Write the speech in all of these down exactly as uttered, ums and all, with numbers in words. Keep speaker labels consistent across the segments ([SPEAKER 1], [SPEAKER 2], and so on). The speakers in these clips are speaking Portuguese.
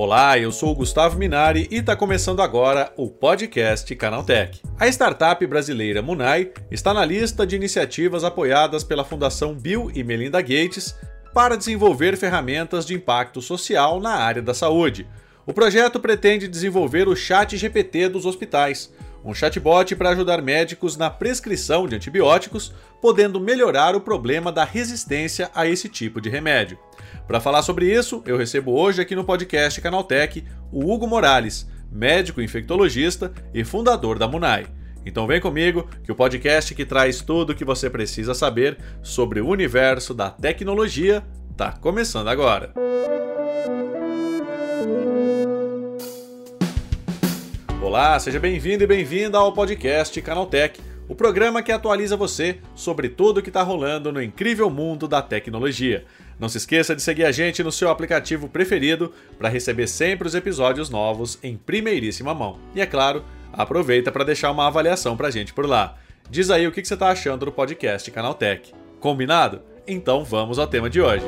[SPEAKER 1] Olá, eu sou o Gustavo Minari e está começando agora o podcast Canaltech. A startup brasileira Munai está na lista de iniciativas apoiadas pela Fundação Bill e Melinda Gates para desenvolver ferramentas de impacto social na área da saúde. O projeto pretende desenvolver o Chat G P T dos hospitais, um chatbot para ajudar médicos na prescrição de antibióticos, podendo melhorar o problema da resistência a esse tipo de remédio. Para falar sobre isso, eu recebo hoje aqui no podcast Canaltech o Hugo Morales, médico infectologista e fundador da Munai. Então vem comigo que o podcast que traz tudo o que você precisa saber sobre o universo da tecnologia está começando agora. Olá, seja bem-vindo e bem-vinda ao podcast Canaltech, o programa que atualiza você sobre tudo o que está rolando no incrível mundo da tecnologia. Não se esqueça de seguir a gente no seu aplicativo preferido para receber sempre os episódios novos em primeiríssima mão. E é claro, aproveita para deixar uma avaliação para a gente por lá. Diz aí o que você está achando do podcast Canaltech. Combinado? Então vamos ao tema de hoje.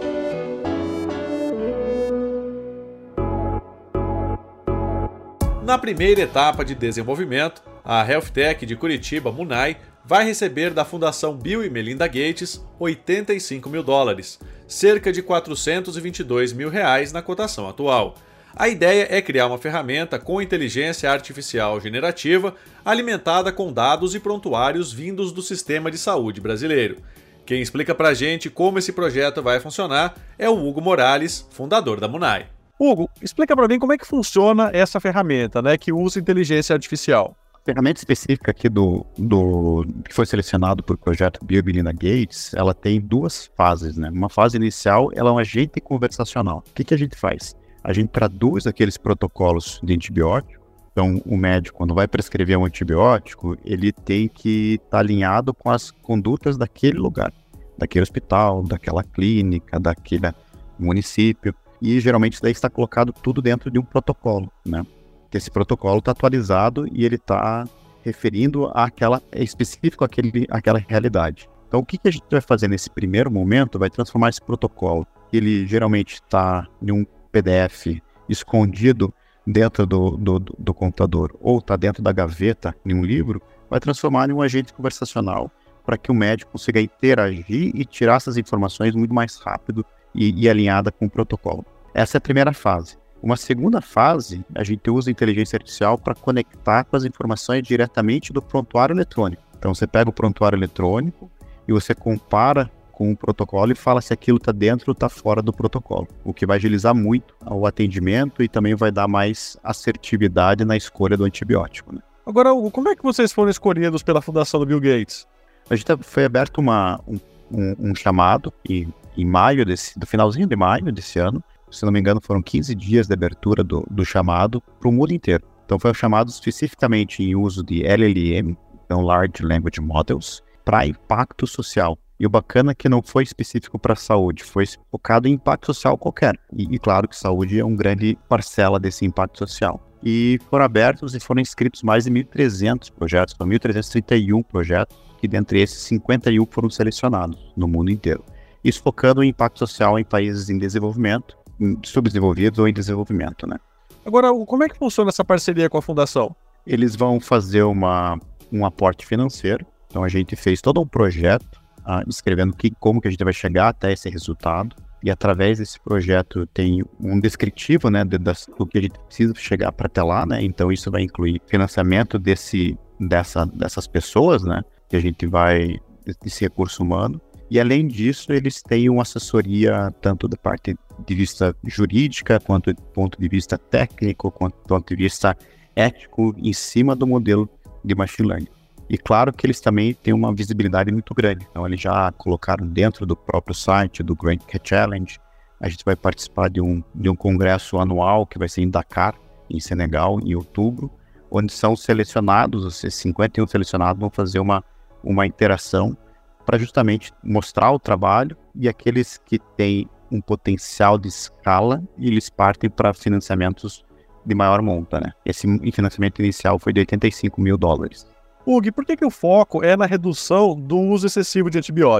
[SPEAKER 1] Na primeira etapa de desenvolvimento, a Health Tech de Curitiba, Munai, vai receber da Fundação Bill e Melinda Gates oitenta e cinco mil dólares, cerca de quatrocentos e vinte e dois mil reais na cotação atual. A ideia é criar uma ferramenta com inteligência artificial generativa alimentada com dados e prontuários vindos do sistema de saúde brasileiro. Quem explica pra gente como esse projeto vai funcionar é o Hugo Morales, fundador da Munai.
[SPEAKER 2] Hugo, explica para mim como é que funciona essa ferramenta, né, que usa inteligência artificial.
[SPEAKER 3] A ferramenta específica aqui do, do que foi selecionado por projeto Bill e Melinda Gates, ela tem duas fases, né? Uma fase inicial, ela é um agente conversacional. O que, que a gente faz? A gente traduz aqueles protocolos de antibiótico. Então, o médico, quando vai prescrever um antibiótico, ele tem que estar alinhado com as condutas daquele lugar, daquele hospital, daquela clínica, daquele município. E geralmente isso daí está colocado tudo dentro de um protocolo, né? Que esse protocolo está atualizado e ele está referindo àquela, é específico àquele, àquela realidade. Então o que, que a gente vai fazer nesse primeiro momento vai transformar esse protocolo, que ele geralmente está em um P D F escondido dentro do, do, do computador ou está dentro da gaveta em um livro, vai transformar em um agente conversacional para que o médico consiga interagir e tirar essas informações muito mais rápido E, e alinhada com o protocolo. Essa é a primeira fase. Uma segunda fase, a gente usa a inteligência artificial para conectar com as informações diretamente do prontuário eletrônico. Então você pega o prontuário eletrônico e você compara com o protocolo e fala se aquilo está dentro ou está fora do protocolo, o que vai agilizar muito o atendimento e também vai dar mais assertividade na escolha do antibiótico, né?
[SPEAKER 2] Agora, Hugo, como é que vocês foram escolhidos pela Fundação do Bill Gates?
[SPEAKER 3] A gente foi aberto uma, um, um, um chamado e em maio, desse, do finalzinho de maio desse ano, se não me engano, foram quinze dias de abertura do, do chamado para o mundo inteiro. Então foi um chamado especificamente em uso de L L M, então Large Language Models, para impacto social. E o bacana é que não foi específico para a saúde, foi focado em impacto social qualquer. E, e claro que saúde é uma grande parcela desse impacto social. E foram abertos e foram inscritos mais de mil e trezentos projetos, foram mil trezentos e trinta e um projetos, que dentre esses cinquenta e um foram selecionados no mundo inteiro. Isso focando em impacto social em países em desenvolvimento, em subdesenvolvidos ou em desenvolvimento, né?
[SPEAKER 2] Agora, como é que funciona essa parceria com a Fundação?
[SPEAKER 3] Eles vão fazer uma, um aporte financeiro. Então, a gente fez todo um projeto, ah, escrevendo que, como que a gente vai chegar até esse resultado. E, através desse projeto, tem um descritivo, né, de, das, do que a gente precisa chegar para até lá, né? Então, isso vai incluir financiamento desse, dessa, dessas pessoas, né? Que a gente vai, desse recurso humano. E, além disso, eles têm uma assessoria tanto da parte de vista jurídica, quanto do ponto de vista técnico, quanto do ponto de vista ético, em cima do modelo de machine learning. E claro que eles também têm uma visibilidade muito grande. Então, eles já colocaram dentro do próprio site do Grand Challenge. A gente vai participar de um, de um congresso anual que vai ser em Dakar, em Senegal, em outubro, onde são selecionados, os cinquenta e um selecionados vão fazer uma, uma interação para justamente mostrar o trabalho, e aqueles que têm um potencial de escala, eles partem para financiamentos de maior monta, né? Esse financiamento inicial foi de oitenta e cinco mil dólares.
[SPEAKER 2] Hugo, por que, que o foco é na redução do uso excessivo de antibióticos?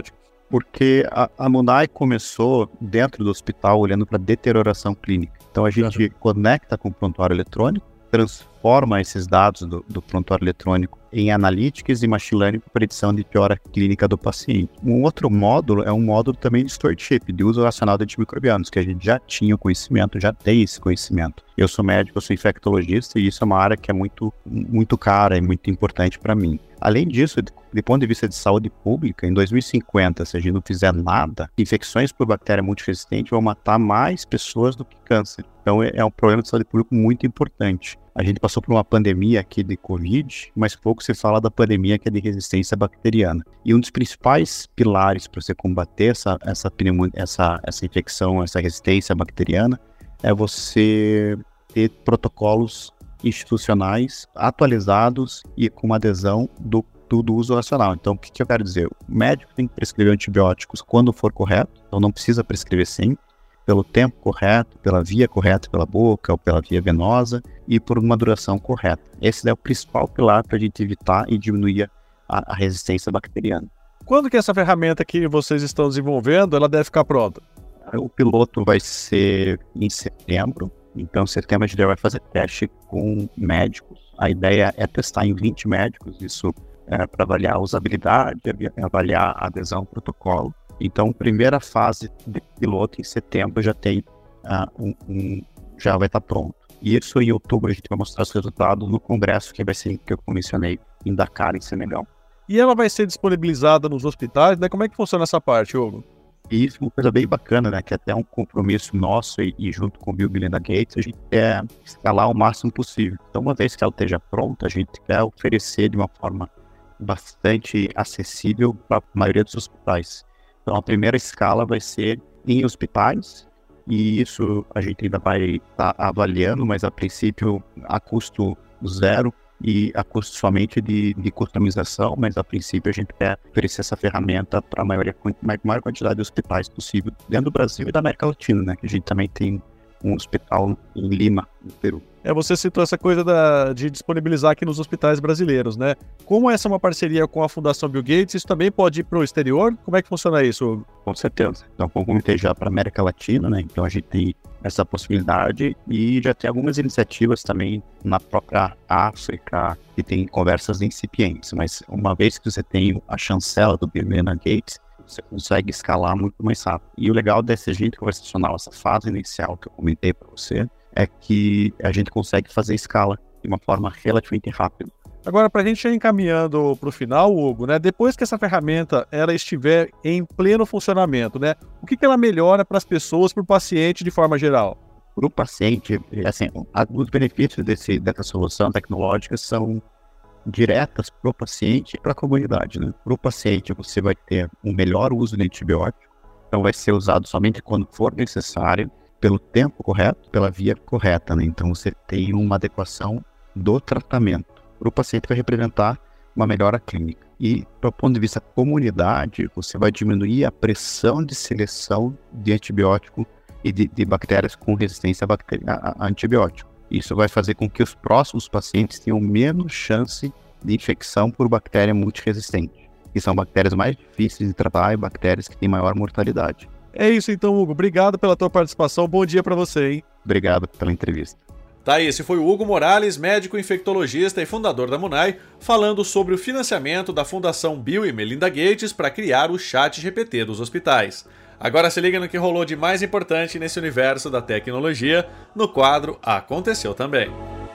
[SPEAKER 3] Porque a, a Munai começou dentro do hospital olhando para deterioração clínica. Então a gente uhum. conecta com o prontuário eletrônico, transforma esses dados do, do prontuário eletrônico em analytics e machine learning para predição de piora clínica do paciente. Um outro módulo é um módulo também de stewardship, de uso racional de antimicrobianos, que a gente já tinha conhecimento, já tem esse conhecimento. Eu sou médico, eu sou infectologista e isso é uma área que é muito, muito cara e muito importante para mim. Além disso, do ponto de vista de saúde pública, em dois mil e cinquenta, se a gente não fizer nada, infecções por bactéria multiresistente vão matar mais pessoas do que câncer. Então é um problema de saúde pública muito importante. A gente passou por uma pandemia aqui de Covid, mas pouco se fala da pandemia que é de resistência bacteriana. E um dos principais pilares para você combater essa, essa, essa, essa infecção, essa resistência bacteriana, é você ter protocolos institucionais atualizados e com uma adesão do, do, do uso racional. Então, o que, que eu quero dizer? O médico tem que prescrever antibióticos quando for correto, então não precisa prescrever sempre, pelo tempo correto, pela via correta, pela boca ou pela via venosa e por uma duração correta. Esse é o principal pilar para a gente evitar e diminuir a, a resistência bacteriana.
[SPEAKER 2] Quando que essa ferramenta que vocês estão desenvolvendo, ela deve ficar pronta?
[SPEAKER 3] O piloto vai ser em setembro. Então, em setembro a gente vai fazer teste com médicos. A ideia é testar em vinte médicos, isso é para avaliar a usabilidade, avaliar a adesão ao protocolo. Então, primeira fase de piloto em setembro já tem uh, um, um, já vai estar pronto. E isso em outubro a gente vai mostrar os resultados no congresso que vai ser que eu mencionei em Dakar, em Senegal.
[SPEAKER 2] E ela vai ser disponibilizada nos hospitais, né? Como é que funciona essa parte, Hugo?
[SPEAKER 3] E isso é uma coisa bem bacana, né? Que até um compromisso nosso e, e junto com o Bill e Melinda Gates, a gente quer escalar o máximo possível. Então, uma vez que ela esteja pronta, a gente quer oferecer de uma forma bastante acessível para a maioria dos hospitais. Então, a primeira escala vai ser em hospitais, e isso a gente ainda vai estar tá avaliando, mas a princípio a custo zero e a custo somente de, de customização, mas a princípio a gente quer oferecer essa ferramenta para a maior, maior quantidade de hospitais possível dentro do Brasil e da América Latina, né? Que a gente também tem um hospital em Lima, no Peru.
[SPEAKER 2] É, você citou essa coisa da, de disponibilizar aqui nos hospitais brasileiros, né? Como essa é uma parceria com a Fundação Bill Gates, isso também pode ir para o exterior? Como é que funciona isso, Hugo?
[SPEAKER 3] Com certeza. Então, como comentei já para a América Latina, né? Então a gente tem essa possibilidade e já tem algumas iniciativas também na própria África que tem conversas incipientes, mas uma vez que você tem a chancela do Bill e Melinda Gates, você consegue escalar muito mais rápido. E o legal desse agente conversacional, essa fase inicial que eu comentei para você, é que a gente consegue fazer escala de uma forma relativamente rápida.
[SPEAKER 2] Agora, para a gente ir encaminhando para o final, Hugo, né, depois que essa ferramenta ela estiver em pleno funcionamento, né, o que, que ela melhora para as pessoas, para o paciente de forma geral?
[SPEAKER 3] Para o paciente, assim, os benefícios desse, dessa solução tecnológica são diretas para o paciente e para a comunidade, né? Para o paciente, você vai ter um melhor uso de antibiótico, então vai ser usado somente quando for necessário, pelo tempo correto, pela via correta, né? Então você tem uma adequação do tratamento. Para o paciente vai representar uma melhora clínica. E, do ponto de vista comunidade, você vai diminuir a pressão de seleção de antibiótico e de, de bactérias com resistência a, bactéria, a, a antibiótico. Isso vai fazer com que os próximos pacientes tenham menos chance de infecção por bactéria multiresistente, que são bactérias mais difíceis de tratar e bactérias que têm maior mortalidade.
[SPEAKER 2] É isso então, Hugo. Obrigado pela tua participação. Bom dia para você, hein?
[SPEAKER 3] Obrigado pela entrevista.
[SPEAKER 1] Tá aí, esse foi o Hugo Morales, médico infectologista e fundador da Munai, falando sobre o financiamento da Fundação Bill e Melinda Gates para criar o Chat G P T dos hospitais. Agora se liga no que rolou de mais importante nesse universo da tecnologia, no quadro Aconteceu Também.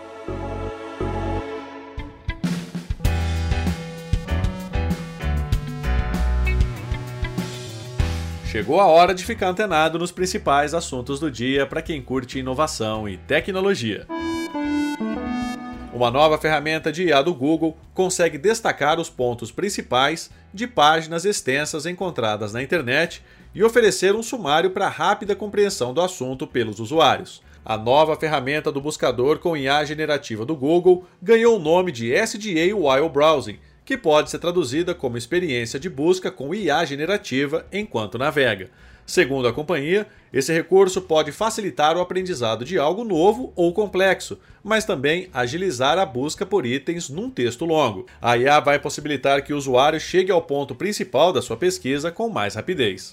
[SPEAKER 1] Chegou a hora de ficar antenado nos principais assuntos do dia para quem curte inovação e tecnologia. Uma nova ferramenta de I A do Google consegue destacar os pontos principais de páginas extensas encontradas na internet e oferecer um sumário para rápida compreensão do assunto pelos usuários. A nova ferramenta do buscador com I A generativa do Google ganhou o nome de S G A While Browsing, que pode ser traduzida como experiência de busca com I A generativa enquanto navega. Segundo a companhia, esse recurso pode facilitar o aprendizado de algo novo ou complexo, mas também agilizar a busca por itens num texto longo. A I A vai possibilitar que o usuário chegue ao ponto principal da sua pesquisa com mais rapidez.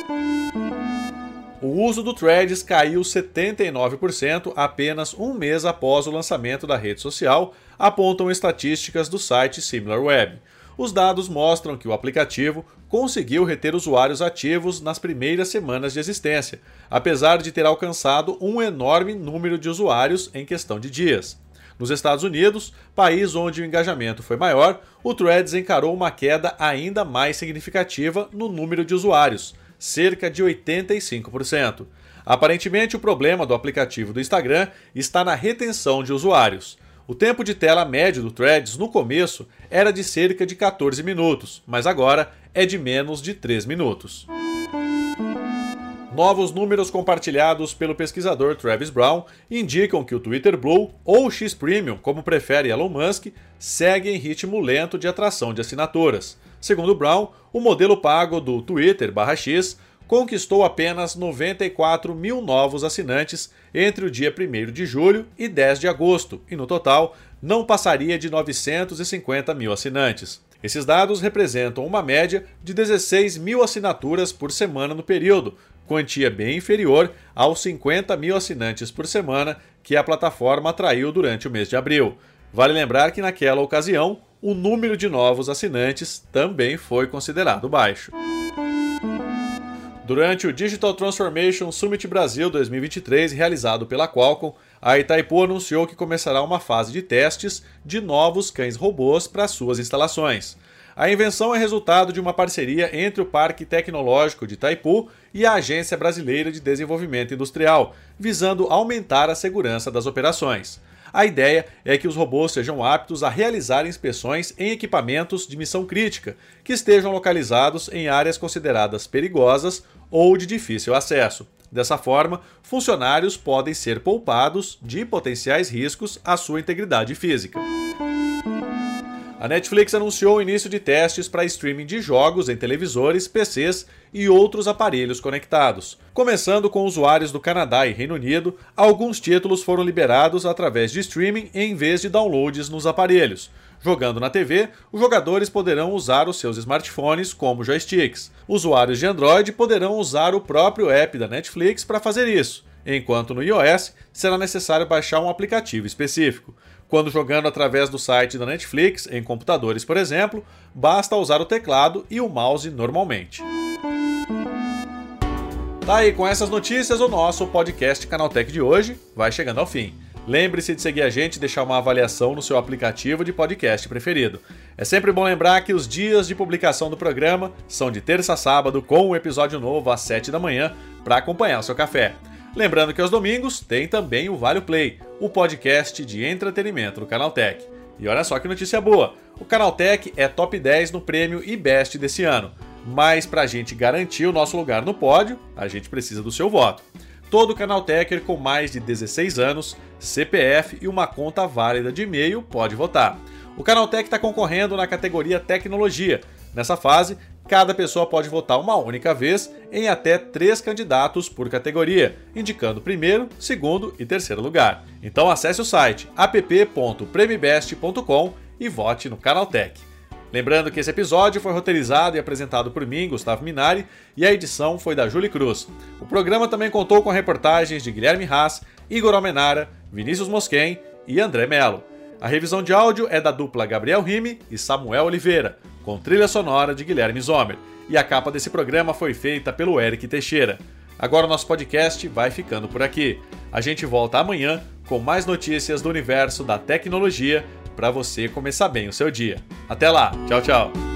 [SPEAKER 1] O uso do Threads caiu setenta e nove por cento apenas um mês após o lançamento da rede social, apontam estatísticas do site SimilarWeb. Os dados mostram que o aplicativo conseguiu reter usuários ativos nas primeiras semanas de existência, apesar de ter alcançado um enorme número de usuários em questão de dias. Nos Estados Unidos, país onde o engajamento foi maior, o Threads encarou uma queda ainda mais significativa no número de usuários, cerca de oitenta e cinco por cento. Aparentemente, o problema do aplicativo do Instagram está na retenção de usuários. O tempo de tela médio do Threads no começo era de cerca de quatorze minutos, mas agora é de menos de três minutos. Novos números compartilhados pelo pesquisador Travis Brown indicam que o Twitter Blue, ou X Premium, como prefere Elon Musk, segue em ritmo lento de atração de assinaturas. Segundo Brown, o modelo pago do Twitter barra X conquistou apenas noventa e quatro mil novos assinantes entre o dia primeiro de julho e dez de agosto, e no total não passaria de novecentos e cinquenta mil assinantes. Esses dados representam uma média de dezesseis mil assinaturas por semana no período, quantia bem inferior aos cinquenta mil assinantes por semana que a plataforma atraiu durante o mês de abril. Vale lembrar que naquela ocasião, o número de novos assinantes também foi considerado baixo. Durante o Digital Transformation Summit Brasil dois mil e vinte e três, realizado pela Qualcomm, a Itaipu anunciou que começará uma fase de testes de novos cães-robôs para suas instalações. A invenção é resultado de uma parceria entre o Parque Tecnológico de Itaipu e a Agência Brasileira de Desenvolvimento Industrial, visando aumentar a segurança das operações. A ideia é que os robôs sejam aptos a realizar inspeções em equipamentos de missão crítica, que estejam localizados em áreas consideradas perigosas ou de difícil acesso. Dessa forma, funcionários podem ser poupados de potenciais riscos à sua integridade física. A Netflix anunciou o início de testes para streaming de jogos em televisores, P Cs e outros aparelhos conectados. Começando com usuários do Canadá e Reino Unido, alguns títulos foram liberados através de streaming em vez de downloads nos aparelhos. Jogando na T V, os jogadores poderão usar os seus smartphones como joysticks. Usuários de Android poderão usar o próprio app da Netflix para fazer isso, enquanto no iOS será necessário baixar um aplicativo específico. Quando jogando através do site da Netflix, em computadores, por exemplo, basta usar o teclado e o mouse normalmente. Tá aí, com essas notícias, o nosso podcast Canaltech de hoje vai chegando ao fim. Lembre-se de seguir a gente e deixar uma avaliação no seu aplicativo de podcast preferido. É sempre bom lembrar que os dias de publicação do programa são de terça a sábado, com um episódio novo às sete da manhã para acompanhar o seu café. Lembrando que aos domingos tem também o Vale Play, o podcast de entretenimento do Canaltech. E olha só que notícia boa, o Canaltech é top dez no prêmio iBest desse ano, mas para a gente garantir o nosso lugar no pódio, a gente precisa do seu voto. Todo Canaltecher com mais de dezesseis anos, C P F e uma conta válida de e-mail pode votar. O Canaltech está concorrendo na categoria Tecnologia. Nessa fase, cada pessoa pode votar uma única vez em até três candidatos por categoria, indicando primeiro, segundo e terceiro lugar. Então acesse o site app ponto premibest ponto com e vote no Canaltech. Lembrando que esse episódio foi roteirizado e apresentado por mim, Gustavo Minari, e a edição foi da Julie Cruz. O programa também contou com reportagens de Guilherme Haas, Igor Almenara, Vinícius Mosquen e André Mello. A revisão de áudio é da dupla Gabriel Rime e Samuel Oliveira, com trilha sonora de Guilherme Zomer, e a capa desse programa foi feita pelo Eric Teixeira. Agora o nosso podcast vai ficando por aqui. A gente volta amanhã com mais notícias do universo da tecnologia para você começar bem o seu dia. Até lá, tchau, tchau!